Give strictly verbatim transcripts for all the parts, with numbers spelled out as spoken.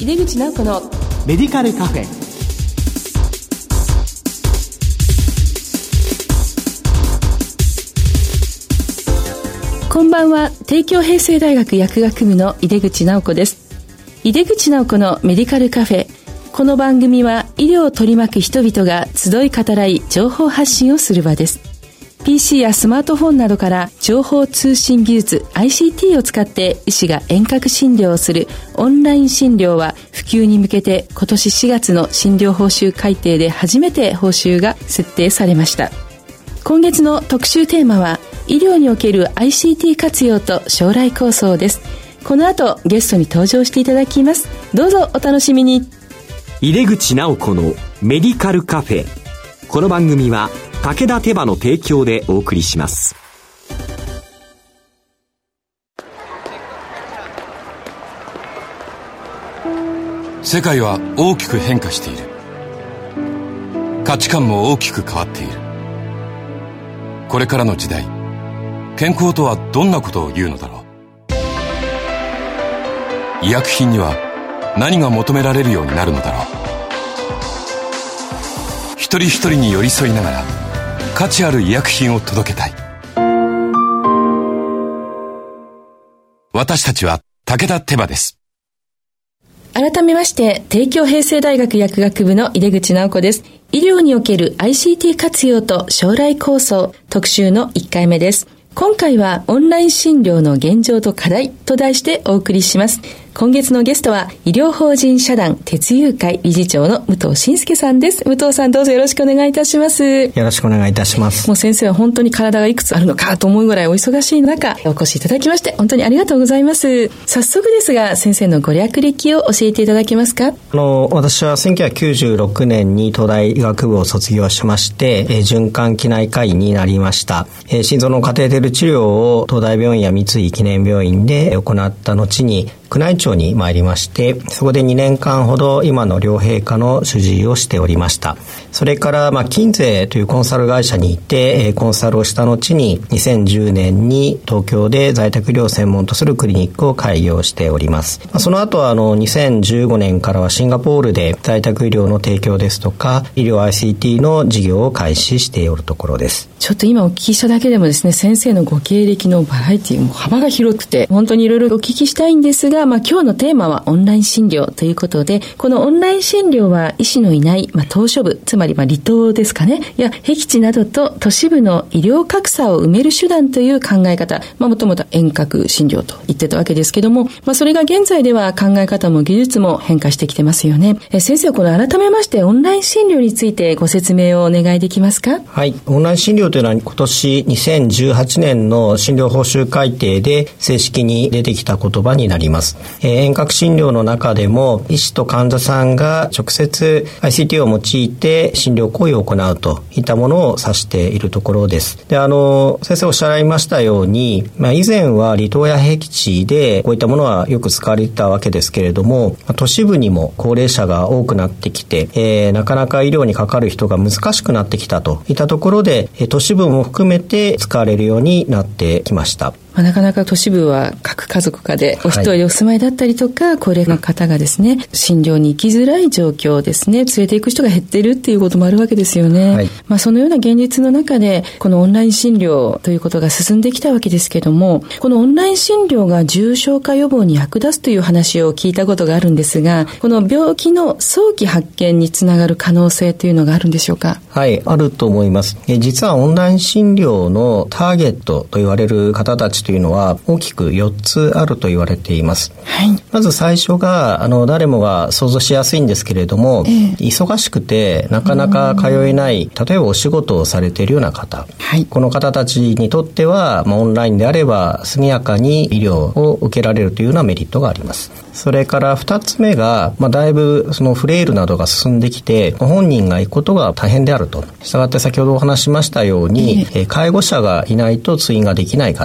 井出口直子のメディカルカフェ。 こんばんは。帝京平成大学薬学部の井出口直子です。井出口直子のメディカルカフェ。この番組は医療を取り巻く人々が集い語らい情報発信をする場です。ピーシー やスマートフォンなどから情報通信技術 アイシーティー を使って医師が遠隔診療をするオンライン診療は普及に向けて今年しがつの診療報酬改定で初めて報酬が設定されました。今月の特集テーマは医療における アイシーティー 活用と将来構想です。この後ゲストに登場していただきます。どうぞお楽しみに。 井出口直子のメディカルカフェ。この番組は武田手羽の提供でお送りします。 世界は大きく変化している。価値観も大きく変わっている。これからの時代、健康とはどんなことを言うのだろう。医薬品には何が求められるようになるのだろう。一人一人に寄り添いながら価値ある医薬品を届けたい。私たちは武田手羽です。 改めまして帝京平成大学薬学部の井出口直子です。医療における アイシーティー 活用と将来構想特集のいっかいめです。今回はオンライン診療の現状と課題と題してお送りします。今月のゲストは医療法人社団鉄友会理事長の武藤信介さんです。武藤さん、どうぞよろしくお願いいたします。 よろしくお願いいたします。 もう先生は本当に体がいくつあるのかと思うぐらいお忙しい中お越しいただきまして本当にありがとうございます。早速ですが先生のご略歴を教えていただけますか。 あの私はせんきゅうひゃくきゅうじゅうろくねんに東大医学部を卒業しまして、えー、循環器内科医になりました。えー、心臓のカテーテル治療を東大病院や三井記念病院で行った後に宮内庁に参りまして、そこでにねんかんほど今の両陛下の主治医をしておりました。それから、まあ、金税というコンサル会社にいて、コンサルをした後ににせんじゅうねんに東京で在宅医療を専門とするクリニックを開業しております。その後はあのにせんじゅうごねんからはシンガポールで在宅医療の提供ですとか医療 アイシーティー の事業を開始しておるところです。 ちょっと今お聞きしただけでもですね、先生のご経歴のバラエティも幅が広くて本当にいろいろお聞きしたいんですが、まあ、今日のテーマはオンライン診療ということで、このオンライン診療は医師のいない、まあ、島嶼部、つまりまあ離島ですかね、や僻地などと都市部の医療格差を埋める手段という考え方、まあ、もともと遠隔診療と言ってたわけですけども、まあ、それが現在では考え方も技術も変化してきてますよね。え先生、この改めましてオンライン診療についてご説明をお願いできますか。 はい、オンライン診療というのは今年にせんじゅうはちねんの診療報酬改定で正式に出てきた言葉になります。えー、遠隔診療の中でも医師と患者さんが直接 アイシーティー を用いて診療行為を行うといったものを指しているところです。で、あの先生おっしゃられましたように、まあ、以前は離島や僻地でこういったものはよく使われてたわけですけれども、都市部にも高齢者が多くなってきて、えー、なかなか医療にかかる人が難しくなってきたといったところで、都市部も含めて使われるようになってきました。 まあ、なかなか都市部は各家族化でお一人でお住まいだったりとか、はい、高齢の方がですね診療に行きづらい状況ですね、連れて行く人が減っているっていうこともあるわけですよね。はい、まあ、そのような現実の中でこのオンライン診療ということが進んできたわけですけども、このオンライン診療が重症化予防に役立つという話を聞いたことがあるんですが、この病気の早期発見につながる可能性というのがあるんでしょうか。 はい、あると思います。え実はオンライン診療のターゲットと言われる方たちというのは大きくよっつあると言われています。 はい、 まず最初があの誰もが想像しやすいんですけれども、えー、忙しくてなかなか通えない、例えばお仕事をされているような方、はい、この方たちにとっては、まあ、オンラインであれば速やかに医療を受けられるというようなメリットがあります。それからふたつめが、まあ、だいぶそのフレイルなどが進んできて本人が行くことが大変であると。したがって先ほどお話しましたように、えー、介護者がいないと通院ができない方、これは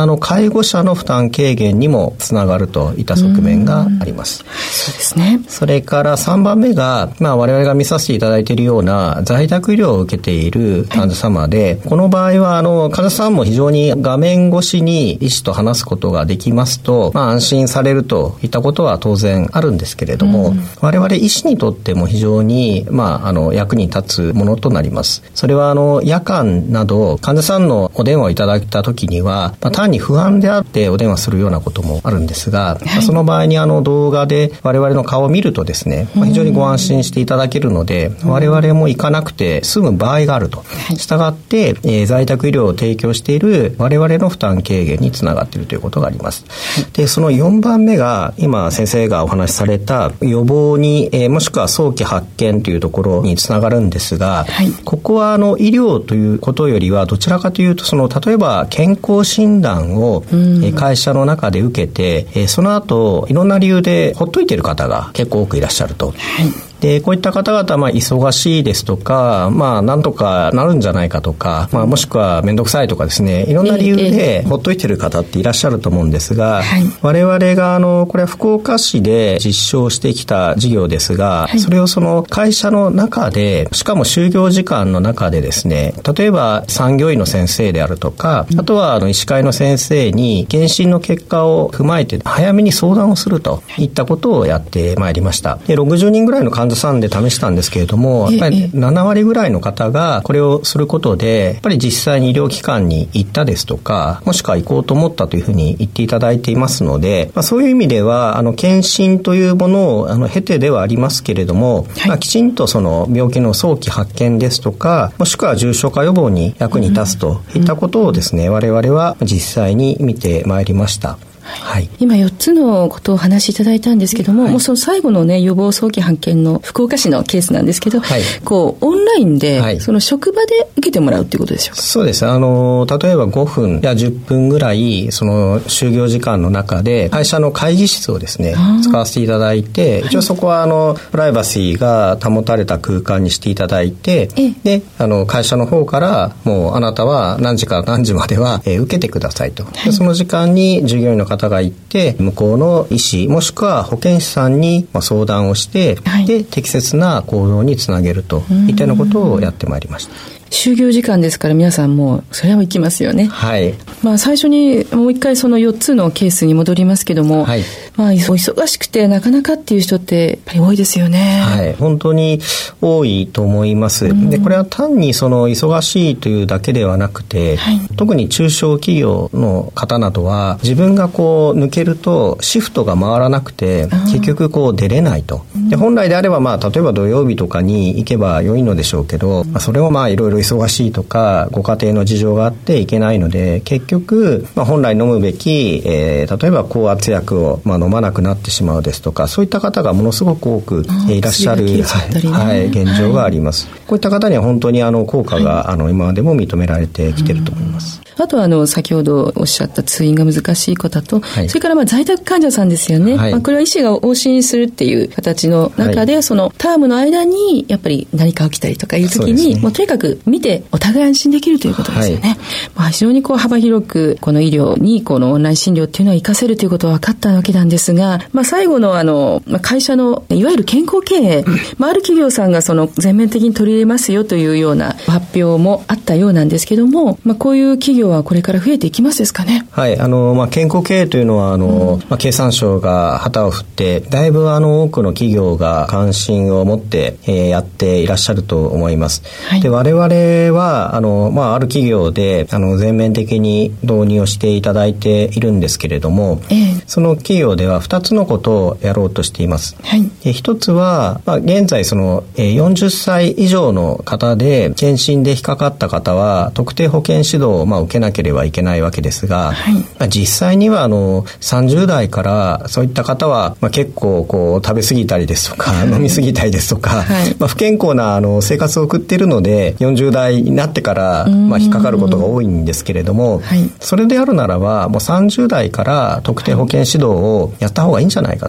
あの介護者の負担軽減にもつながるといった側面があります。 そうですね。 それからさんばんめが、まあ、我々が見させていただいているような在宅医療を受けている患者様で、はい、この場合はあの患者さんも非常に画面越しに医師と話すことができますと、まあ、安心されるといったことは当然あるんですけれども、うん、我々医師にとっても非常に、まあ、あの役に立つものとなります。それはあの夜間など患者さんのお電話をいただいた時には、まあ、単に不安であってお電話するようなこともあるんですが、はい、その場合にあの動画で我々の顔を見るとですね、まあ、非常にご安心していただけるので、うん、我々も行かなくて済む場合があると、はい、したがって、えー、在宅医療を提供している我々の負担軽減につながっているということがあります。で、そのよんばんめが今先生がお話しされた予防に、えー、もしくは早期発見というところにつながるんですが、はい、ここはあの医療ということよりはどちらかというと、その例えば健康診断を、うん、えー、会社の中で受けて、えー、その後いろんな理由でほっといている方が結構多くいらっしゃると。はい、でこういった方々はまあ忙しいですとか、まあ、なんとかなるんじゃないかとか、まあ、もしくは面倒くさいとかですね、いろんな理由でほっといてる方っていらっしゃると思うんですが、はい、我々があのこれは福岡市で実証してきた事業ですが、はい、それをその会社の中で、しかも就業時間の中でですね、例えば産業医の先生であるとか、あとはあの医師会の先生に検診の結果を踏まえて早めに相談をするといったことをやってまいりました。でろくじゅうにんぐらいの患者さんで試したんですけれども、やっぱりななわりぐらいの方がこれをすることで、やっぱり実際に医療機関に行ったですとか、もしくは行こうと思ったというふうに言っていただいていますので、まあ、そういう意味ではあの検診というものをあの経てではありますけれども、はい、まあ、きちんとその病気の早期発見ですとか、もしくは重症化予防に役に立つといったことをですね、うん、我々は実際に見てまいりました。はい、今よっつのことをお話しいただいたんですけども、はい、もうその最後のね、予防早期発見の福岡市のケースなんですけど、はい、こうオンラインで、はい、その職場で受けてもらうっていうことでしょうか。そうです。あの例えばごふんやじゅっぷんぐらいその就業時間の中で会社の会議室をですね使わせていただいて、一応そこはあのプライバシーが保たれた空間にしていただいて、であの会社の方からもうあなたは何時から何時までは、えー、受けてくださいと、でその時間に従業員の方が行って向こうの医師もしくは保健師さんに相談をして、はい、で適切な行動につなげるといったようなことをやってまいりました。就業時間ですから皆さんもうそれは行きますよね。はい。まあ最初にもう一回そのよっつのケースに戻りますけども、はい、まあお忙しくてなかなかっていう人ってやっぱり多いですよね。はい。本当に多いと思います。でこれは単にその忙しいというだけではなくて、はい、特に中小企業の方などは自分がこう抜けるとシフトが回らなくて結局こう出れないと。で本来であればまあ例えば土曜日とかに行けば良いのでしょうけど、まあ、それをまあいろいろ忙しいとかご家庭の事情があっていけないので、結局、まあ、本来飲むべき、えー、例えば高圧薬を、まあ、飲まなくなってしまうですとか、そういった方がものすごく多く、えー、いらっしゃる、ね、はい、現状があります、はい、こういった方には本当にあの効果が、はい、あの今までも認められてきていると思います。あとはあの先ほどおっしゃった通院が難しい方と、はい、それからまあ在宅患者さんですよね、はい、まあ、これは医師が往診するっていう形の中で、はい、そのタームの間にやっぱり何か起きたりとかいう時に、ね、もうとにかく見てお互い安心できるということですよね、はい、まあ、非常にこう幅広くこの医療にこのオンライン診療っていうのは活かせるということは分かったわけなんですが、まあ、最後のあの会社のいわゆる健康経営、まあ、ある企業さんがその全面的に取り入れますよというような発表もあったようなんですけども、まあ、こういう企業はこれから増えていきますですかね。はい、あの、まあ、健康経営というのはあの、うん、まあ、経産省が旗を振ってだいぶあの多くの企業が関心を持って、えー、やっていらっしゃると思います、はい、で我々はあの、まあ、ある企業であの全面的に導入をしていただいているんですけれども、えー、その企業ではふたつのことをやろうとしています、はい、でひとつは、まあ、現在そのよんじゅっさい以上の方で検診で引っかかった方は特定保健指導をまあ受けなければいけないわけですが、はい、まあ、実際にはあのさんじゅう代からそういった方は、まあ、結構こう食べ過ぎたりですとか、はい、飲み過ぎたりですとか、はい、まあ、不健康なあの生活を送っているのでよんじゅう代になってから、まあ、引っかかることが多いんですけれども、はい、それであるならばもうさんじゅう代から特定保健指導をやった方がいいんじゃないかと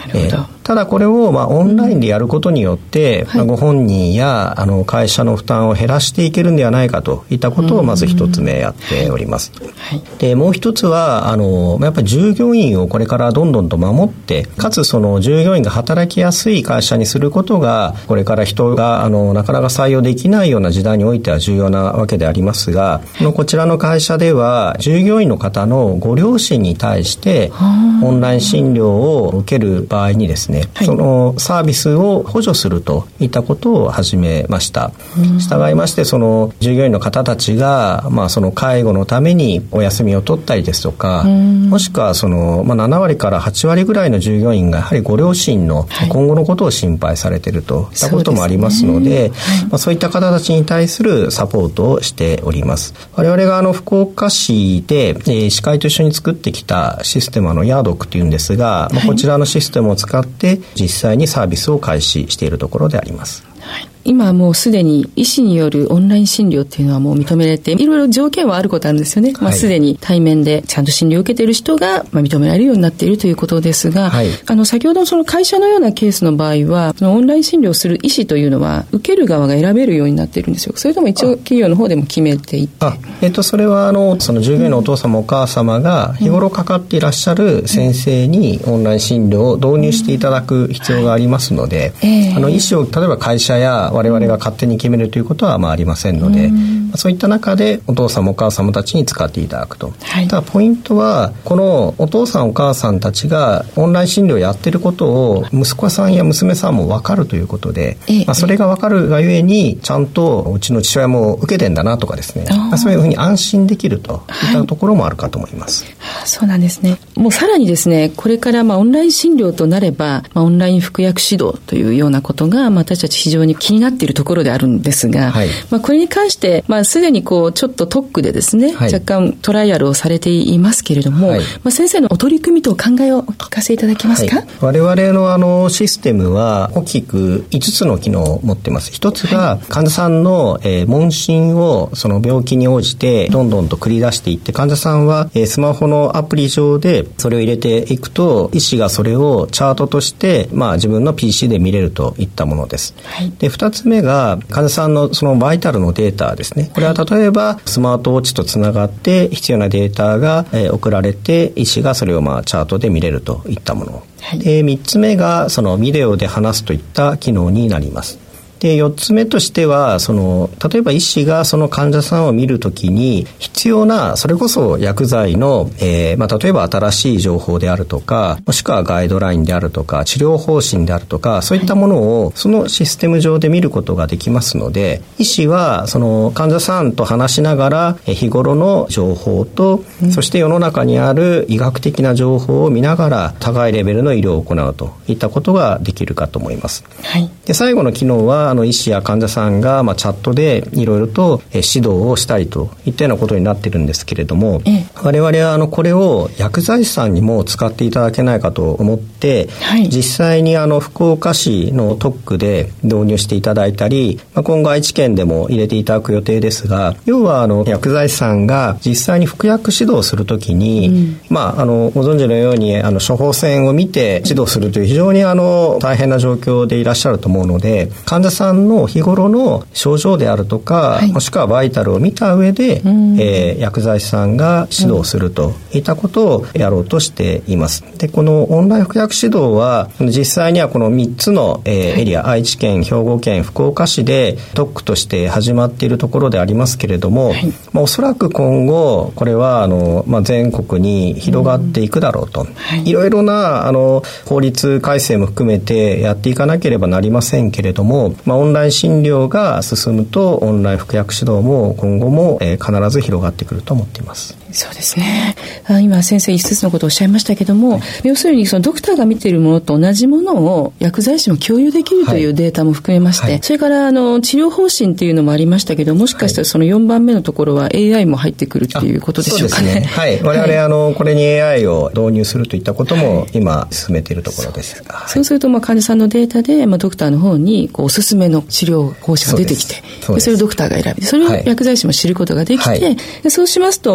なるほど。 ただこれをまあオンラインでやることによって、うん、まあ、ご本人やあの会社の負担を減らしていけるんではないかといったことをまず一つ目やっております。はい、でもう一つはあのやっぱり従業員をこれからどんどんと守って、かつその従業員が働きやすい会社にすることがこれから人があのなかなか採用できないような時代においては重要なわけでありますが、こちらの会社では従業員の方のご両親に対してオンライン診療を受ける場合にですね、はい、そのサービスを補助するといったことを始めました。従いましてその従業員の方たちが、まあ、その介護のためにお休みを取ったりですとか、もしくはその、まあ、ななわりからはちわりぐらいの従業員がやはりご両親の今後のことを心配されているといったこともありますので、はい、まあ、そういった方たちに対するサポートをしております。我々があの福岡市で、えー、歯科医と一緒に作ってきたシステムのヤードックというんですが、はい、まあ、こちらのシステムを使って実際にサービスを開始しているところであります。 はい、今もうすでに医師によるオンライン診療っていうのはもう認められて、いろいろ条件はあることあるんですよね。はい、まあ、すでに対面でちゃんと診療を受けている人がまあ認められるようになっているということですが、はい、あの先ほどその会社のようなケースの場合は、そのオンライン診療をする医師というのは受ける側が選べるようになっているんですよ。それとも一応企業の方でも決めていって、 あ、えっと、それはあのその従業員のお父様、うん、お母様が日頃かかっていらっしゃる先生にオンライン診療を導入していただく必要がありますので、うん、はい、あの医師を例えば会社や我々が勝手に決めるということはまあありませんので、うん、そういった中でお父様お母様たちに使っていただくと、はい、ただポイントはこのお父さんお母さんたちがオンライン診療をやっていることを息子さんや娘さんも分かるということで、まあ、それが分かるがゆえにちゃんとうちの父親も受けてんだなとかですね、まあ、そういうふうに安心できるといったところもあるかと思います。 はい、そうなんですね。もうさらにですね、これからまあオンライン診療となれば、まあ、オンライン服薬指導というようなことが、まあ、私たち非常に気になっているところであるんですが、はい、まあ、これに関して、まあ、すでにこうちょっと特区でですね、はい、若干トライアルをされていますけれども、はい、まあ、先生のお取り組みとお考えをお聞かせいただけますか。はい、 我々のあのシステムは大きくいつつの機能を持っています。一つが患者さんの、えー、問診をその病気に応じてどんどんと繰り出していって、患者さんは、えー、スマホのアプリ上でそれを入れていくと、医師がそれをチャートとして、まあ、自分の ピーシー で見れるといったものです。はい、でふたつめが患者さんのそのバイタルのデータですね。これは例えばスマートウォッチとつながって必要なデータが、えー、送られて、医師がそれをまあチャートで見れるといったもの。はい、でみっつめがそのビデオで話すといった機能になります。でよっつめとしては、その例えば医師がその患者さんを見るときに必要なそれこそ薬剤の、えーまあ、例えば新しい情報であるとか、もしくはガイドラインであるとか治療方針であるとか、そういったものをそのシステム上で見ることができますので、医師はその患者さんと話しながら日頃の情報と、うん、そして世の中にある医学的な情報を見ながら高いレベルの医療を行うといったことができるかと思います。はい、で最後の機能はあの医師や患者さんが、まあ、チャットでいろいろと指導をしたりといったようなことになっているんですけれども、ええ、我々はあのこれを薬剤師さんにも使っていただけないかと思って、はい、実際にあの福岡市の特区で導入していただいたり、まあ、今後愛知県でも入れていただく予定ですが、要はあの薬剤師さんが実際に服薬指導をするときに、うん、まあ、あのご存知のようにあの処方箋を見て指導するという非常にあの大変な状況でいらっしゃると思うので、患者さんの日頃の症状であるとか、はい、もしくはバイタルを見た上で、うん、えー、薬剤師さんが指導するといったことをやろうとしています。でこのオンライン服薬指導は実際にはこのみっつの、えー、エリア、愛知県、兵庫県、福岡市で特区として始まっているところでありますけれども、はい、まあ、おそらく今後これはあの、まあ、全国に広がっていくだろうと、うん、はい、いろいろなあの法律改正も含めてやっていかなければなりませんけれども、まあ、オンライン診療が進むとオンライン服薬指導も今後も、えー、必ず広がってくると思っています。 そうですね。あ、今先生一つのことをおっしゃいましたけども、はい、要するにそのドクターが見ているものと同じものを薬剤師も共有できるというデータも含めまして、はいはい、それからあの治療方針っていうのもありましたけど、もしかしたらそのよんばんめのところは エーアイ も入ってくるっていうことでしょうかね。 そうですね。はい。我々、はい、あのこれに エーアイ を導入するといったことも今進めているところです。はい、そう、 そうするとまあ患者さんのデータで、まあ、ドクターの方にこうおすすめの治療方針が出てきて、そ, でそれをドクターが選び、それを薬剤師も知ることができて、はい、でそうしますと非常に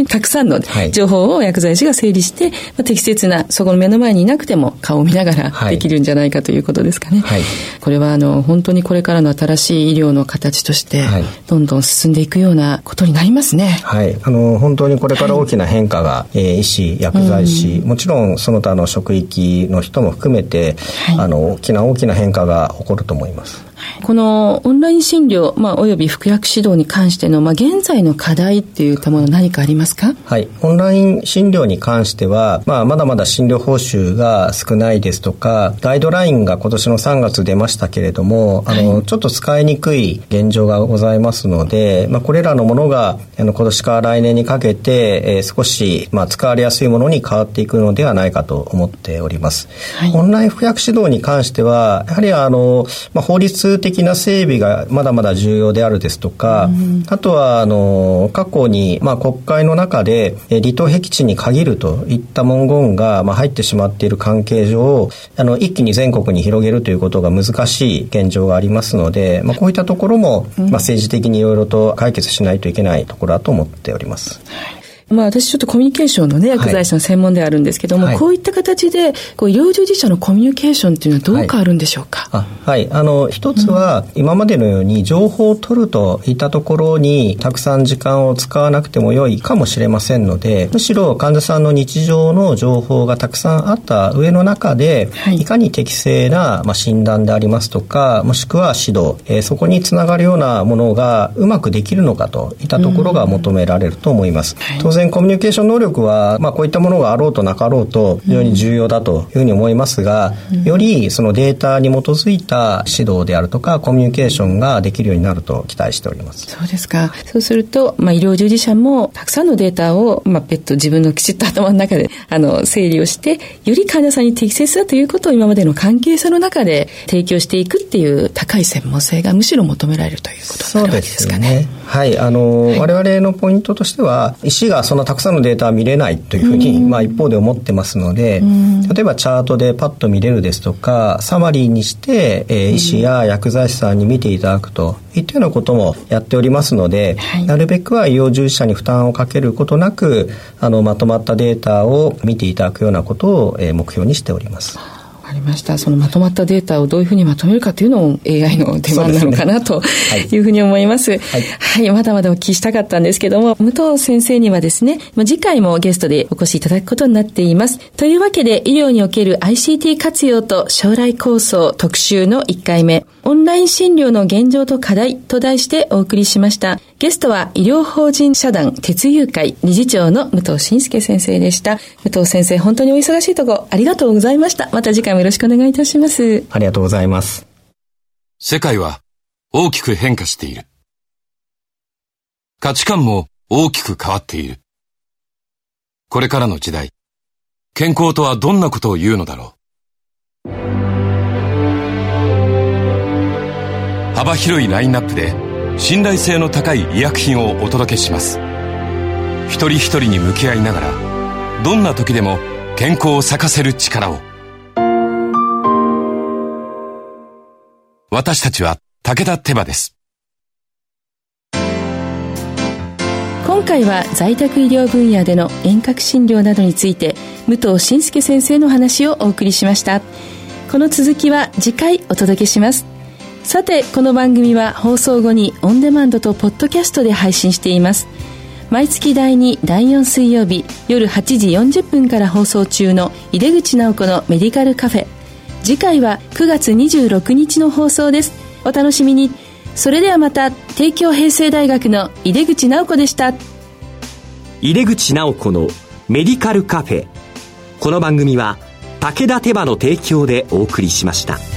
にたくさんの情報を薬剤師が整理して、はい、まあ、適切な、そこの目の前にいなくても顔を見ながらできるんじゃないかということですかね。はい、これはあの本当にこれからの新しい医療の形としてどんどん進んでいくようなことになりますね。 はい、あの本当にこれから大きな変化が、はい、えー、医師、薬剤師、うん、もちろんその他の職域の人も含めて、はい、あの大きな大きな変化が起こると思います。 このオンライン診療、まあ、および服薬指導に関しての、まあ、現在の課題っていったもの何かありますか？ はい、オンライン診療に関しては、まあ、まだまだ診療報酬が少ないですとか、ガイドラインが今年のさんがつ出ましたけれども、あの、はい、ちょっと使いにくい現状がございますので、まあ、これらのものがあの今年から来年にかけて、えー、少し、まあ、使われやすいものに変わっていくのではないかと思っております。はい、オンライン服薬指導に関してはやはりあの、まあ、法律的な整備がまだまだ重要であるですとか、うん、あとはあの過去に、まあ、国会の中で離島僻地に限るといった文言が、まあ、入ってしまっている関係上、あの一気に全国に広げるということが難しい現状がありますので、まあ、こういったところも、まあ、政治的にいろいろと解決しないといけないところだと思っております。はい、 まあ、私ちょっとコミュニケーションのね、薬剤師の専門ではあるんですけども、はい、こういった形でこう医療従事者のコミュニケーションっていうのはどう変わるんでしょうか？ はい、あ、はい、あの一つは、うん、今までのように情報を取るといったところにたくさん時間を使わなくても良いかもしれませんので、むしろ患者さんの日常の情報がたくさんあった上の中で、はい、いかに適正な、まあ、診断でありますとか、もしくは指導、えー、そこにつながるようなものがうまくできるのかといったところが求められると思います。うん、当然コミュニケーション能力は、まあ、こういったものがあろうとなかろうと非常に重要だというふうに思いますが、うん、よりそのデータに基づいた指導であるとかコミュニケーションができるようになると期待しております。 そうですか。そうすると、まあ、医療従事者もたくさんのデータを、まあ、別途自分のきちっと頭の中であの整理をしてより患者さんに適切だということを今までの関係者の中で提供していくっていう高い専門性がむしろ求められるということになるわけですかね。 そうですね。はい、あの、はい、我々のポイントとしては医師がそのたくさんのデータは見れないというふうに、まあ、一方で思ってますので、例えばチャートでパッと見れるですとかサマリーにして、えー、医師や薬剤師さんに見ていただくといったようなこともやっておりますので、はい、なるべくは医療従事者に負担をかけることなくあのまとまったデータを見ていただくようなことを、えー、目標にしております。 ありました。そのまとまったデータをどういうふうにまとめるかというのも エーアイ の出番なのかなというふうに思います。はい、はい、まだまだお聞きしたかったんですけども、武藤先生にはですね、次回もゲストでお越しいただくことになっています。というわけで、医療における アイシーティー 活用と将来構想特集のいっかいめ、オンライン診療の現状と課題と題してお送りしました。ゲストは医療法人社団鉄友会理事長の武藤信介先生でした。武藤先生、本当にお忙しいところありがとうございました。また次回もよろしくお願いいたします。 ありがとうございます。 世界は大きく変化している。価値観も大きく変わっている。これからの時代、健康とはどんなことを言うのだろう。幅広いラインナップで信頼性の高い医薬品をお届けします。一人一人に向き合いながら、どんな時でも健康を咲かせる力を。私たちは武田手羽です。 今回は在宅医療分野での遠隔診療などについて武藤信介先生の話をお送りしました。この続きは次回お届けします。さて、この番組は放送後にオンデマンドとポッドキャストで配信しています。毎月だいに、だいよん水曜日夜はちじよんじゅっぷんから放送中の井出口直子のメディカルカフェ。次回はくがつにじゅうろくにちの放送です。お楽しみに。それではまた。帝京平成大学の井出口直子でした。 井出口直子のメディカルカフェ。この番組は武田手羽の提供でお送りしました。